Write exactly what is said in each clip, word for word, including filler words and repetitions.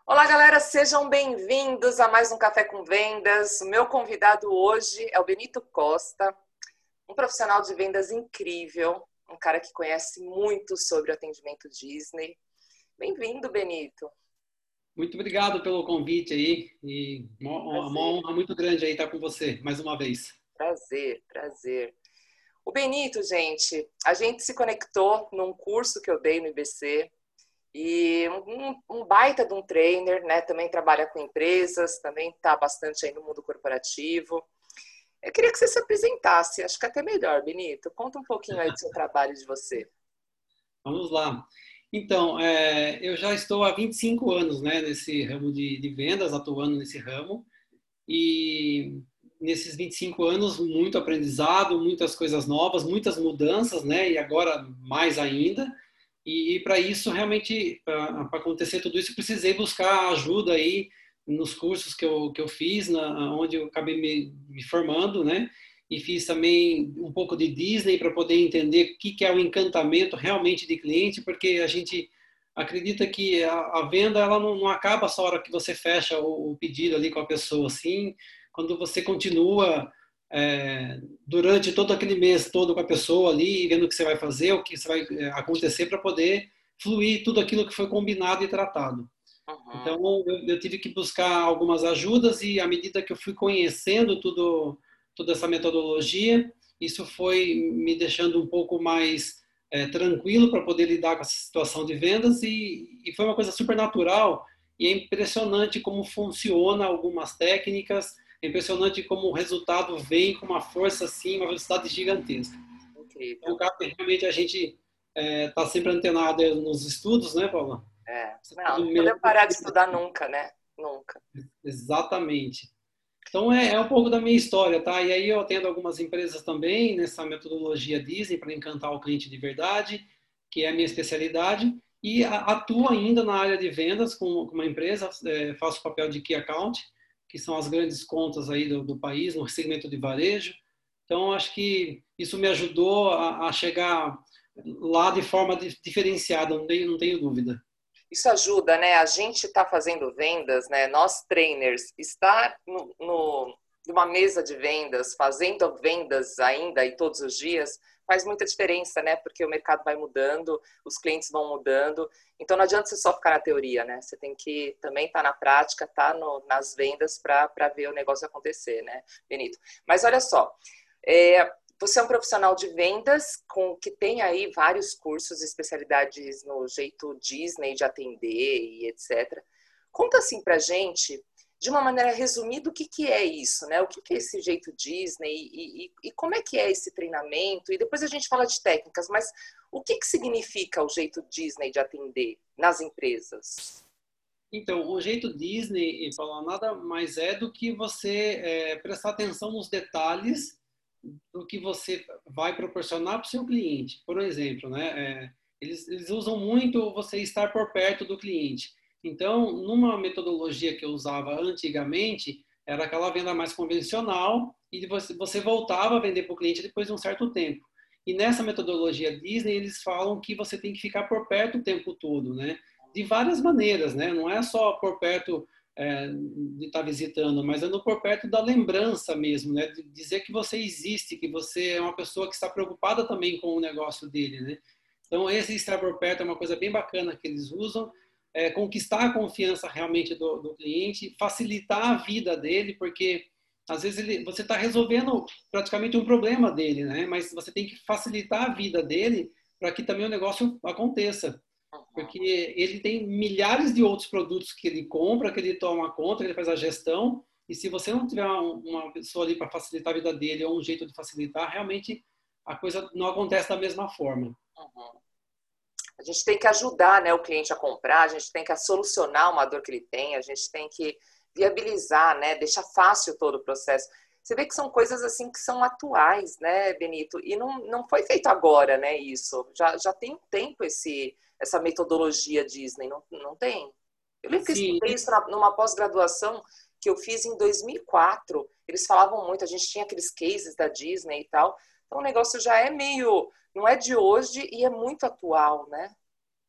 Olá, galera, sejam bem-vindos a mais um Café com Vendas. O meu convidado hoje é o Benito Costa, um profissional de vendas incrível, um cara que conhece muito sobre o atendimento Disney. Bem-vindo, Benito. Muito obrigado pelo convite aí e uma uma Prazer, honra muito grande aí estar com você mais uma vez. prazer, prazer. O Benito, gente, a gente se conectou num curso que eu dei no I B C e um, um baita de um trainer, né? Também trabalha com empresas, também está bastante aí no mundo corporativo. Eu queria que você se apresentasse, acho que é até melhor, Benito. Conta um pouquinho aí do seu trabalho de você. Vamos lá. Então, é, eu já estou há vinte e cinco anos, né, nesse ramo de, de vendas, atuando nesse ramo. E nesses vinte e cinco anos, muito aprendizado, muitas coisas novas, muitas mudanças, né? E agora mais ainda. E, e para isso, realmente, para acontecer tudo isso, eu precisei buscar ajuda aí nos cursos que eu, que eu fiz, na, onde eu acabei me, me formando, né? E fiz também um pouco de Disney para poder entender o que, que é o encantamento realmente de cliente, porque a gente acredita que a, a venda ela não, não acaba só a hora que você fecha o, o pedido ali com a pessoa, assim, quando você continua é, durante todo aquele mês todo com a pessoa ali, vendo o que você vai fazer, o que você vai é, acontecer para poder fluir tudo aquilo que foi combinado e tratado. Então, Uhum. eu, eu tive que buscar algumas ajudas e à medida que eu fui conhecendo tudo, toda essa metodologia, isso foi me deixando um pouco mais é, tranquilo para poder lidar com essa situação de vendas e, e foi uma coisa super natural e é impressionante como funciona algumas técnicas, é impressionante como o resultado vem com uma força assim, uma velocidade gigantesca. Então, Incrível. cabe realmente a gente está é, sempre antenado nos estudos, né, Paula? É. Você tá Não, no não meio podemos parar de estudar nunca, né? Nunca. Exatamente. Então é, é um pouco da minha história, tá? E aí eu atendo algumas empresas também nessa metodologia Disney para encantar o cliente de verdade, que é a minha especialidade, e a, atuo ainda na área de vendas com, com uma empresa, é, faço o papel de Key Account, que são as grandes contas aí do, do país no segmento de varejo. Então acho que isso me ajudou a, a chegar lá de forma diferenciada, não tenho, não tenho dúvida. Isso ajuda, né? A gente está fazendo vendas, né? Nós trainers, estar no, no, numa mesa de vendas, fazendo vendas ainda e todos os dias, faz muita diferença, né? Porque o mercado vai mudando, os clientes vão mudando. Então não adianta você só ficar na teoria, né? Você tem que também estar tá na prática, estar tá nas vendas para ver o negócio acontecer, né, Benito? Mas olha só, é, você é um profissional de vendas com que tem aí vários cursos e especialidades no jeito Disney de atender e etcétera. Conta assim pra gente, de uma maneira resumida, o que, que é isso, né? O que, que é esse jeito Disney e, e, e como é que é esse treinamento? E depois a gente fala de técnicas, mas o que, que significa o jeito Disney de atender nas empresas? Então, o jeito Disney, Paulo, nada mais é do que você é, prestar atenção nos detalhes do que você vai proporcionar para o seu cliente. Por exemplo, né, é, eles, eles usam muito você estar por perto do cliente. Então, numa metodologia que eu usava antigamente, era aquela venda mais convencional e você, você voltava a vender para o cliente depois de um certo tempo. E nessa metodologia Disney, eles falam que você tem que ficar por perto o tempo todo, né? De várias maneiras, né? Não é só por perto é, de estar visitando, mas é no por perto da lembrança mesmo, né? De dizer que você existe, que você é uma pessoa que está preocupada também com o negócio dele, né? Então, esse estar por perto é uma coisa bem bacana que eles usam, é, conquistar a confiança realmente do, do cliente, facilitar a vida dele, porque às vezes ele, você está resolvendo praticamente um problema dele, né? Mas você tem que facilitar a vida dele para que também o negócio aconteça porque ele tem milhares de outros produtos que ele compra, que ele toma conta, que ele faz a gestão, e se você não tiver uma pessoa ali para facilitar a vida dele ou um jeito de facilitar, realmente a coisa não acontece da mesma forma. Uhum. A gente tem que ajudar, né, o cliente a comprar, a gente tem que solucionar uma dor que ele tem, a gente tem que viabilizar, né, deixar fácil todo o processo. Você vê que são coisas assim que são atuais, né, Benito? E não, não foi feito agora, né, isso. Já, já tem um tempo esse, essa metodologia Disney, não, não tem? Eu lembro que eu Sim, estudei isso na, numa pós-graduação que eu fiz em dois mil e quatro. Eles falavam muito, a gente tinha aqueles cases da Disney e tal. Então o negócio já é meio, não é de hoje e é muito atual, né?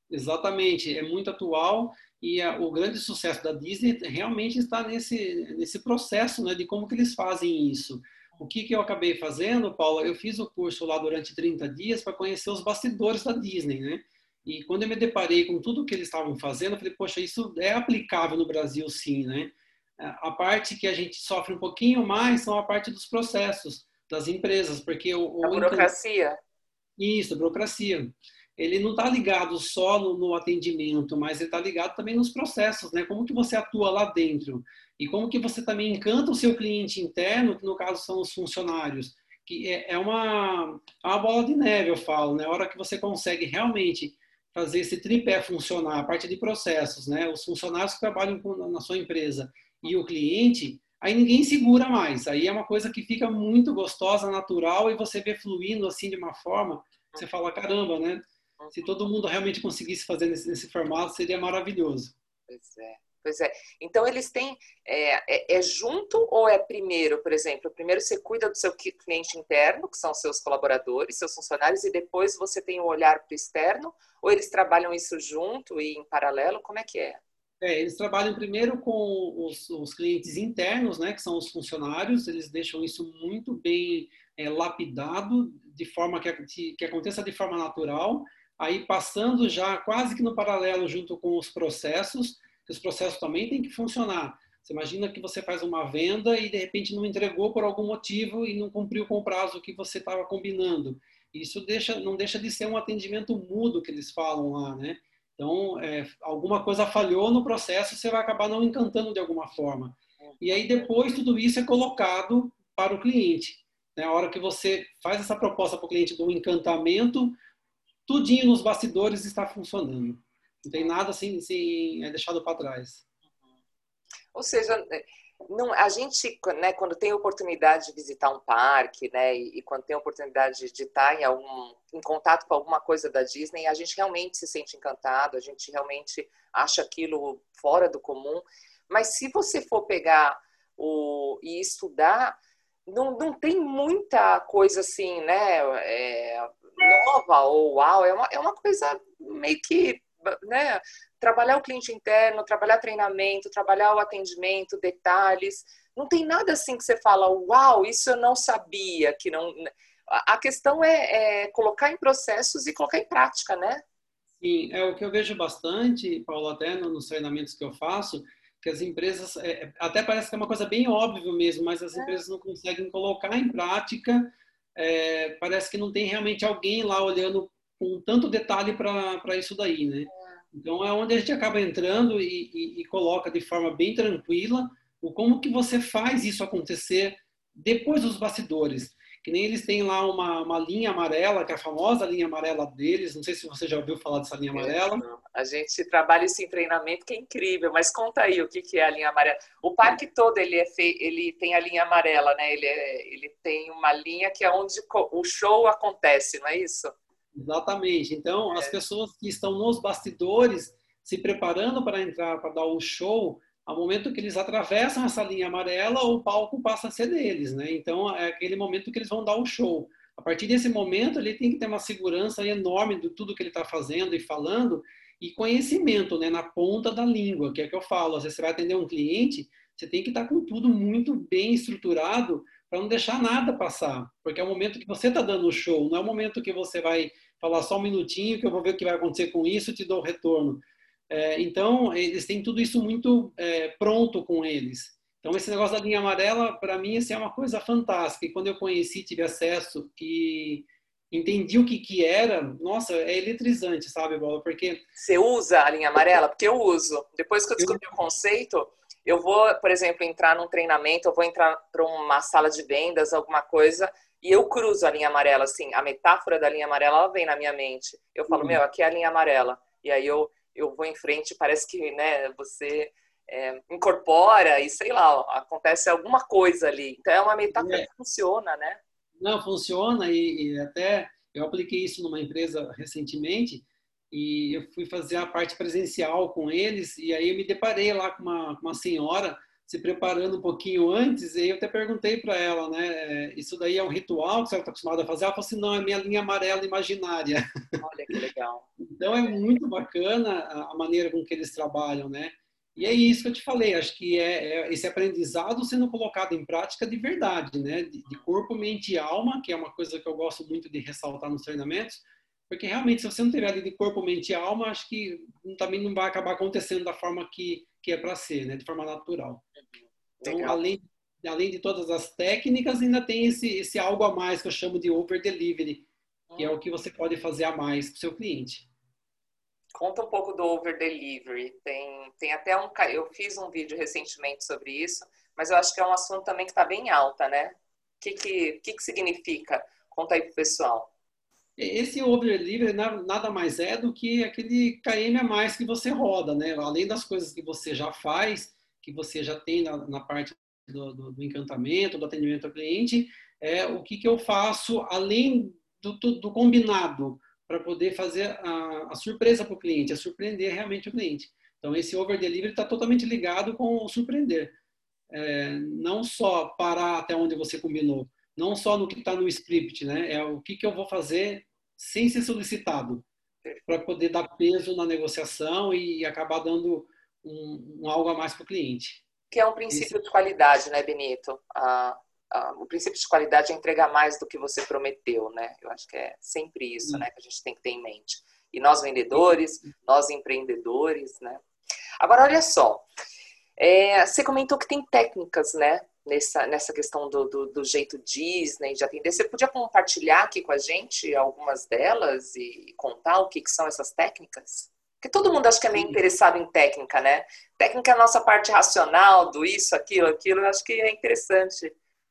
Exatamente, é muito atual e a, o grande sucesso da Disney realmente está nesse, nesse processo, né, de como que eles fazem isso. O que, que eu acabei fazendo, Paula? Eu fiz o curso lá durante trinta dias para conhecer os bastidores da Disney, né? E quando eu me deparei com tudo que eles estavam fazendo, eu falei, poxa, isso é aplicável no Brasil, sim, né? A parte que a gente sofre um pouquinho mais são a parte dos processos das empresas, porque o, A o burocracia. isso, a burocracia. Ele não está ligado só no, no atendimento, mas ele está ligado também nos processos, né? Como que você atua lá dentro e como que você também encanta o seu cliente interno, que no caso são os funcionários, que é, é uma, é uma bola de neve, eu falo, né? A hora que você consegue realmente fazer esse tripé funcionar, a parte de processos, né? Os funcionários que trabalham com, na sua empresa e o cliente, aí ninguém segura mais. Aí é uma coisa que fica muito gostosa, natural, e você vê fluindo assim de uma forma, você fala, caramba, né? Se todo mundo realmente conseguisse fazer nesse, nesse formato, seria maravilhoso. Pois é, pois é. Então eles têm, é, é, é junto ou é primeiro, por exemplo, primeiro você cuida do seu cliente interno, que são seus colaboradores, seus funcionários, e depois você tem o olhar para o externo, ou eles trabalham isso junto e em paralelo? Como é que é? É, eles trabalham primeiro com os, os clientes internos, né, que são os funcionários, eles deixam isso muito bem é, lapidado, de forma que, que aconteça de forma natural, aí passando já quase que no paralelo junto com os processos, que os processos também têm que funcionar. Você imagina que você faz uma venda e de repente não entregou por algum motivo e não cumpriu com o prazo que você estava combinando. Isso deixa, não deixa de ser um atendimento mudo que eles falam lá, né? Então, é, alguma coisa falhou no processo, você vai acabar não encantando de alguma forma. E aí, depois, tudo isso é colocado para o cliente. Né? A hora que você faz essa proposta para o cliente do encantamento, tudinho nos bastidores está funcionando. Não tem nada assim, assim é deixado para trás. Ou seja, não, a gente, né, quando tem oportunidade de visitar um parque, né, e, e quando tem oportunidade de estar em algum em contato com alguma coisa da Disney, a gente realmente se sente encantado, a gente realmente acha aquilo fora do comum. Mas se você for pegar o, e estudar, não, não tem muita coisa assim, né, é, nova ou uau, é uma, é uma coisa meio que, né, trabalhar o cliente interno, trabalhar treinamento, trabalhar o atendimento, detalhes. Não tem nada assim que você fala, uau, isso eu não sabia. Que não... A questão é, é colocar em processos e colocar em prática, né? Sim, é o que eu vejo bastante, Paulo, até nos treinamentos que eu faço, que as empresas, é, até parece que é uma coisa bem óbvia mesmo, mas as empresas não conseguem colocar em prática, é, parece que não tem realmente alguém lá olhando com tanto detalhe para isso daí, né? Então é onde a gente acaba entrando e, e, e coloca de forma bem tranquila o como que você faz isso acontecer depois dos bastidores. Que nem eles têm lá uma, uma linha amarela, que é a famosa linha amarela deles. Não sei se você já ouviu falar dessa linha amarela. A gente trabalha isso em treinamento, que é incrível. Mas conta aí o que, que é a linha amarela. O parque todo ele, é fe... ele tem a linha amarela, né? Ele, é... ele tem uma linha que é onde o show acontece, não é isso? Exatamente. Então, as pessoas que estão nos bastidores se preparando para entrar, para dar o show, ao momento que eles atravessam essa linha amarela, o palco passa a ser deles, né? Então, é aquele momento que eles vão dar o show. A partir desse momento, ele tem que ter uma segurança enorme de tudo que ele está fazendo e falando e conhecimento, né, na ponta da língua, que é que eu falo. Às vezes você vai atender um cliente, você tem que estar com tudo muito bem estruturado para não deixar nada passar, porque é o momento que você está dando o show, não é o momento que você vai falar só um minutinho que eu vou ver o que vai acontecer com isso e te dou o retorno. É, então, eles têm tudo isso muito é, pronto com eles. Então, esse negócio da linha amarela, para mim, assim, é uma coisa fantástica. E quando eu conheci, tive acesso e entendi o que, que era, nossa, é eletrizante, sabe, Bola? Porque... Você usa a linha amarela? Porque eu uso. Depois que eu Eu... descobri o conceito, eu vou, por exemplo, entrar num treinamento, eu vou entrar para uma sala de vendas, alguma coisa, e eu cruzo a linha amarela, assim, a metáfora da linha amarela, ela vem na minha mente. Eu falo, meu, aqui é a linha amarela. E aí eu, eu vou em frente, parece que, né, você é, incorpora e, sei lá, acontece alguma coisa ali. Então é uma metáfora É. que funciona, né? Não, funciona e, e até eu apliquei isso numa empresa recentemente e eu fui fazer a parte presencial com eles e aí eu me deparei lá com uma, uma senhora se preparando um pouquinho antes, e eu até perguntei para ela, né, isso daí é um ritual que você está acostumada a fazer? Ela falou assim, não, é minha linha amarela imaginária. Olha que legal. Então é muito bacana a maneira com que eles trabalham, né? E é isso que eu te falei, acho que é, é esse aprendizado sendo colocado em prática de verdade, né? De, de corpo, mente e alma, que é uma coisa que eu gosto muito de ressaltar nos treinamentos, porque realmente se você não tiver ali de corpo, mente e alma, acho que também não vai acabar acontecendo da forma que, que é para ser, né? De forma natural. Então, Legal. além, além de todas as técnicas, ainda tem esse, esse algo a mais que eu chamo de over delivery, que é Hum. o que você pode fazer a mais para o seu cliente. Conta um pouco do over delivery. Tem, tem até um. Eu fiz um vídeo recentemente sobre isso, mas eu acho que é um assunto também que está bem alta, né? O que, que, que, que significa? Conta aí pro pessoal. Esse over delivery nada mais é do que aquele K M a mais que você roda, né? Além das coisas que você já faz, que você já tem na, na parte do, do, do encantamento, do atendimento ao cliente, é o que, que eu faço além do, do, do combinado para poder fazer a, a surpresa para o cliente, a surpreender realmente o cliente. Então, esse over delivery está totalmente ligado com o surpreender. É, não só parar até onde você combinou, não só no que está no script, né? É o que, que eu vou fazer sem ser solicitado, para poder dar peso na negociação e acabar dando um, um algo a mais para o cliente. Que é um Esse... princípio de qualidade, né, Benito? Ah, ah, o princípio de qualidade é entregar mais do que você prometeu, né? Eu acho que é sempre isso, né, que a gente tem que ter em mente. E nós vendedores, nós empreendedores, né? Agora, olha só, é, você comentou que tem técnicas, né? Nessa, nessa questão do, do, do jeito Disney de atender. Você podia compartilhar aqui com a gente algumas delas e contar o que, que são essas técnicas? Porque todo mundo acho que é meio interessado em técnica, né? Técnica é a nossa parte racional do isso, aquilo, aquilo. Eu acho que é interessante.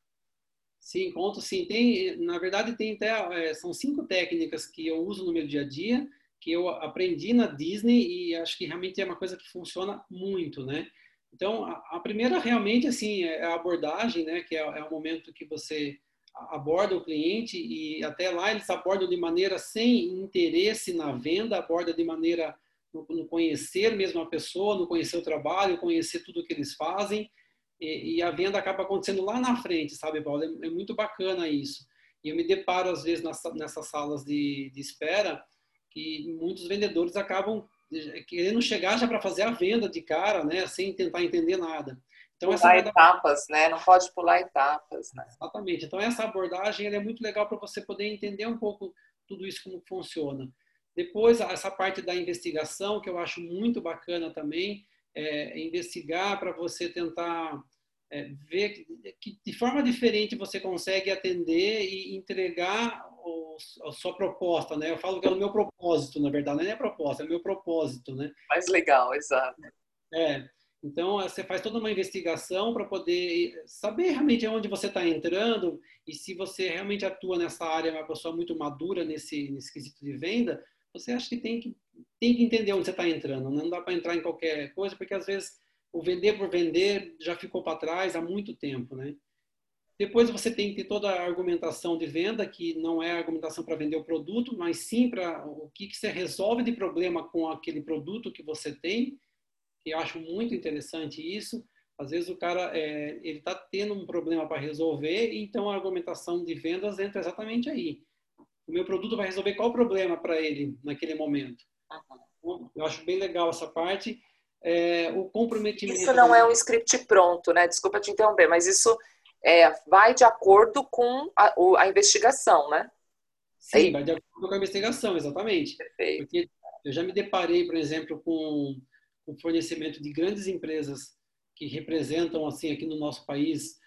Sim, conto sim. Tem, na verdade, tem até, é, são cinco técnicas que eu uso no meu dia a dia, que eu aprendi na Disney e acho que realmente é uma coisa que funciona muito, né? Então, a, a primeira realmente, assim, é a abordagem, né? Que é, é o momento que você aborda o cliente e até lá eles abordam de maneira sem interesse na venda, aborda de maneira no, no conhecer mesmo a pessoa, no conhecer o trabalho, conhecer tudo que eles fazem. E, e a venda acaba acontecendo lá na frente, sabe, Paulo? É, é muito bacana isso. E eu me deparo, às vezes, nas, nessas salas de, de espera, que muitos vendedores acabam querendo chegar já para fazer a venda de cara, né, sem tentar entender nada. Então, essa Pular abordagem, etapas, né? Não pode pular etapas, né? exatamente. Então, essa abordagem ela é muito legal para você poder entender um pouco tudo isso como funciona. Depois, essa parte da investigação, que eu acho muito bacana também, é investigar para você tentar é, ver que de forma diferente você consegue atender e entregar o, a sua proposta, né? Eu falo que é o meu propósito, na verdade, não é a proposta, é o meu propósito, né? Mais legal, exato. É, então você faz toda uma investigação para poder saber realmente onde você está entrando e se você realmente atua nessa área, é uma pessoa muito madura nesse, nesse quesito de venda, você acha que tem que, tem que entender onde você está entrando, né? Não dá para entrar em qualquer coisa, porque às vezes o vender por vender já ficou para trás há muito tempo, né? Depois você tem que ter toda a argumentação de venda, que não é argumentação para vender o produto, mas sim para o que, que você resolve de problema com aquele produto que você tem, que eu acho muito interessante isso. Às vezes o cara é, ele está tendo um problema para resolver, então a argumentação de vendas entra exatamente aí. O meu produto vai resolver qual problema para ele naquele momento. Uhum. Eu acho bem legal essa parte. É, o comprometimento... Isso não é um script pronto, né? Desculpa te interromper, mas isso é, vai de acordo com a, a investigação, né? Sim, vai de acordo com a investigação, exatamente. Perfeito. Porque eu já me deparei, por exemplo, com o fornecimento de grandes empresas que representam, assim, aqui no nosso país,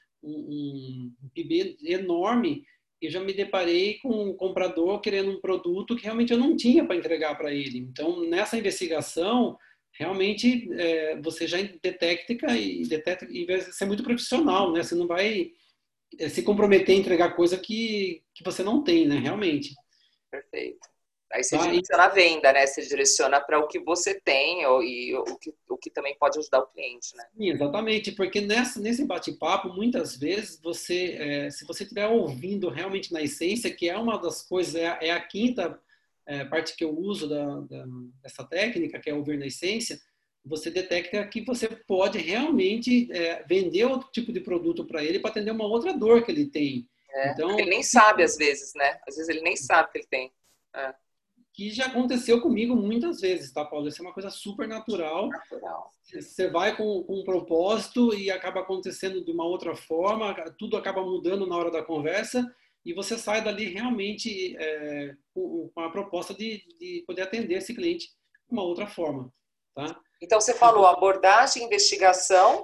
um, um P I B enorme. Eu já me deparei com um comprador querendo um produto que realmente eu não tinha para entregar para ele. Então, nessa investigação, realmente é, você já detecta e detecta e vai ser muito profissional, né? Você não vai se comprometer a entregar coisa que, que você não tem, né? Realmente. Perfeito. Aí você Tá? E, direciona a venda, né? Você direciona para o que você tem ou, e o que, o que também pode ajudar o cliente, né? sim, exatamente, porque nessa, nesse bate-papo, muitas vezes, você, é, se você estiver ouvindo realmente na essência, que é uma das coisas, é, a, é a quinta é, parte que eu uso da, da, dessa técnica, que é ouvir na essência, você detecta que você pode realmente é, vender outro tipo de produto para ele para atender uma outra dor que ele tem. É, Então, ele nem sabe às vezes, né? Às vezes ele nem sabe que ele tem. É. Que já aconteceu comigo muitas vezes, tá, Paulo? Isso é uma coisa super natural. Natural. Você vai com, com um propósito e acaba acontecendo de uma outra forma, tudo acaba mudando na hora da conversa e você sai dali realmente é, com, com a proposta de, de poder atender esse cliente de uma outra forma, tá? Então, você falou abordagem, investigação,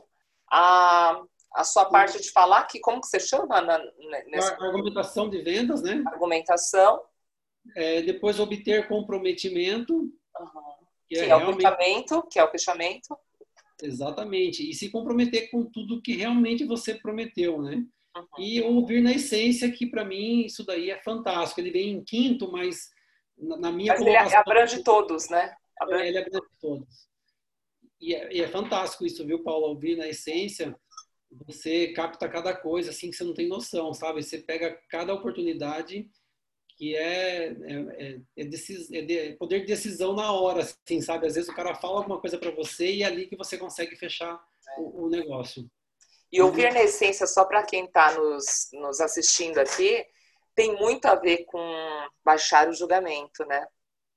a, a sua parte de falar, que como que você chama? Na, nessa argumentação de vendas, né? Argumentação. É, depois obter comprometimento, Uhum. que, que é, é o realmente... fechamento, que é o fechamento. Exatamente. E se comprometer com tudo que realmente você prometeu, né? Uhum. E ouvir na essência, que para mim isso daí é fantástico. Ele vem em quinto, mas na minha mas colocação... ele abrange todos, né? Abrange é, ele abrange todos. E é, e é fantástico isso, viu, Paulo? Ouvir na essência, você capta cada coisa assim que você não tem noção, sabe? Você pega cada oportunidade que é, é, é, decis, é de, poder de decisão na hora, assim, sabe? Às vezes o cara fala alguma coisa para você e é ali que você consegue fechar o, o negócio. E ouvir na essência, só para quem está nos, nos assistindo aqui, tem muito a ver com baixar o julgamento, né?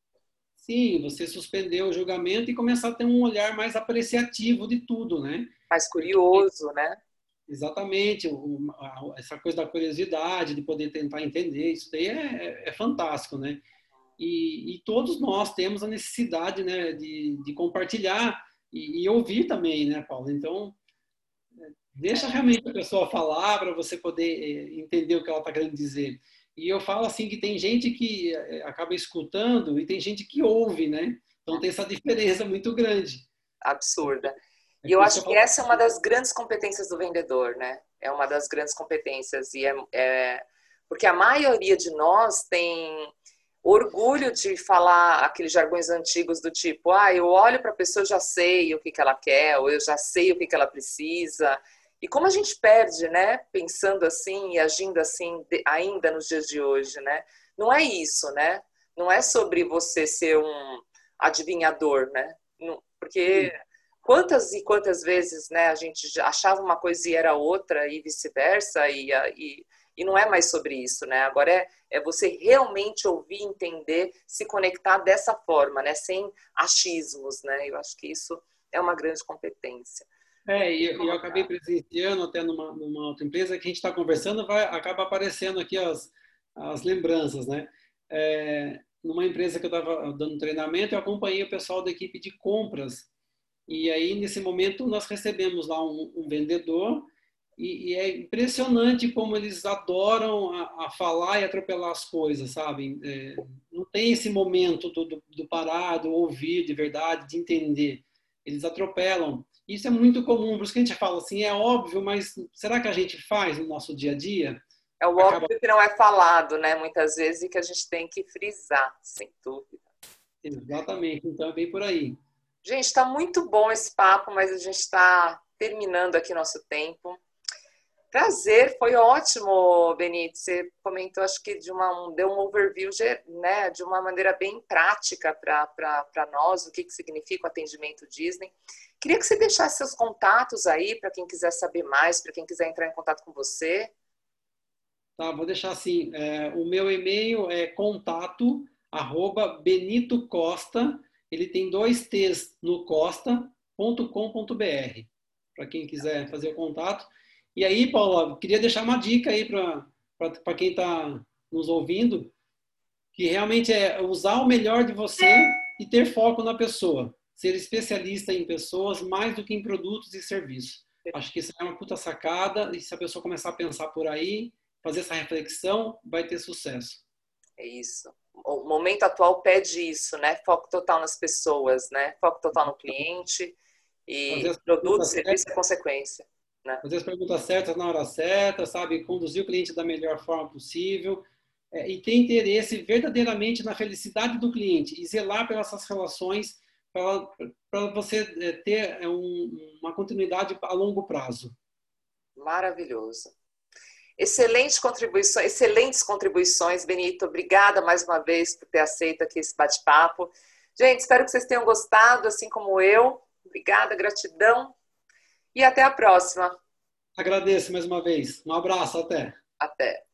Sim, você suspender o julgamento e começar a ter um olhar mais apreciativo de tudo, né? Mais curioso, Porque, né? Exatamente, essa coisa da curiosidade, de poder tentar entender, isso daí é, é, é fantástico, né? E, e, todos nós temos a necessidade, né, de, de compartilhar e, e ouvir também, né, Paulo? Então, deixa realmente a pessoa falar para você poder entender o que ela está querendo dizer. E eu falo assim que tem gente que acaba escutando e tem gente que ouve, né? Então tem essa diferença muito grande. Absurda. E eu acho que essa é uma das grandes competências do vendedor, né? É uma das grandes competências. E é, é... Porque a maioria de nós tem orgulho de falar aqueles jargões antigos do tipo, ah, eu olho para a pessoa, eu já sei o que, que ela quer, ou eu já sei o que, que ela precisa. E como a gente perde, né? Pensando assim e agindo assim ainda nos dias de hoje, né? Não é isso, né? Não é sobre você ser um adivinhador, né? Porque quantas e quantas vezes, né, a gente achava uma coisa e era outra e vice-versa e, e, e não é mais sobre isso, né? Agora é, é você realmente ouvir, entender, se conectar dessa forma, né? Sem achismos, né? Eu acho que isso é uma grande competência. É, e eu, eu acabei presenciando até numa, numa outra empresa que a gente está conversando, vai, acaba aparecendo aqui as, as lembranças, né? É, numa empresa que eu estava dando treinamento, eu acompanhei o pessoal da equipe de compras. E aí, nesse momento, nós recebemos lá um, um vendedor e, e é impressionante como eles adoram a, a falar e atropelar as coisas, sabe? É, não tem esse momento do, do, do parar, do ouvir de verdade, de entender. Eles atropelam. Isso é muito comum, por isso que a gente fala assim, é óbvio, mas será que a gente faz no nosso dia a dia? É o Acaba... óbvio que não é falado, né? Muitas vezes, e que a gente tem que frisar, sem dúvida. Exatamente, então é bem por aí. Gente, está muito bom esse papo, mas a gente está terminando aqui nosso tempo. Prazer, foi ótimo, Benito. Você comentou, acho que de uma, deu um overview, né, de uma maneira bem prática para nós, o que, que significa o atendimento Disney. Queria que você deixasse seus contatos aí, para quem quiser saber mais, para quem quiser entrar em contato com você. Tá, vou deixar assim, é, o meu e-mail é contato arroba Benito Costa, ele tem dois T's no costa ponto com ponto br, para quem quiser fazer o contato. E aí, Paula, queria deixar uma dica aí para quem está nos ouvindo, que realmente é usar o melhor de você e ter foco na pessoa. Ser especialista em pessoas mais do que em produtos e serviços. Acho que isso é uma puta sacada, e se a pessoa começar a pensar por aí, fazer essa reflexão, vai ter sucesso. É isso. O momento atual pede isso, né? Foco total nas pessoas, né? Foco total no cliente e produto, serviço é consequência. Né? Fazer as perguntas certas na hora certa, sabe? Conduzir o cliente da melhor forma possível é, e ter interesse verdadeiramente na felicidade do cliente e zelar pelas essas relações para você ter um, uma continuidade a longo prazo. Maravilhoso. Excelente contribuição, excelentes contribuições, Benito. Obrigada mais uma vez por ter aceito aqui esse bate-papo. Gente, espero que vocês tenham gostado, assim como eu. Obrigada, gratidão e até a próxima. Agradeço mais uma vez. Um abraço, até. Até.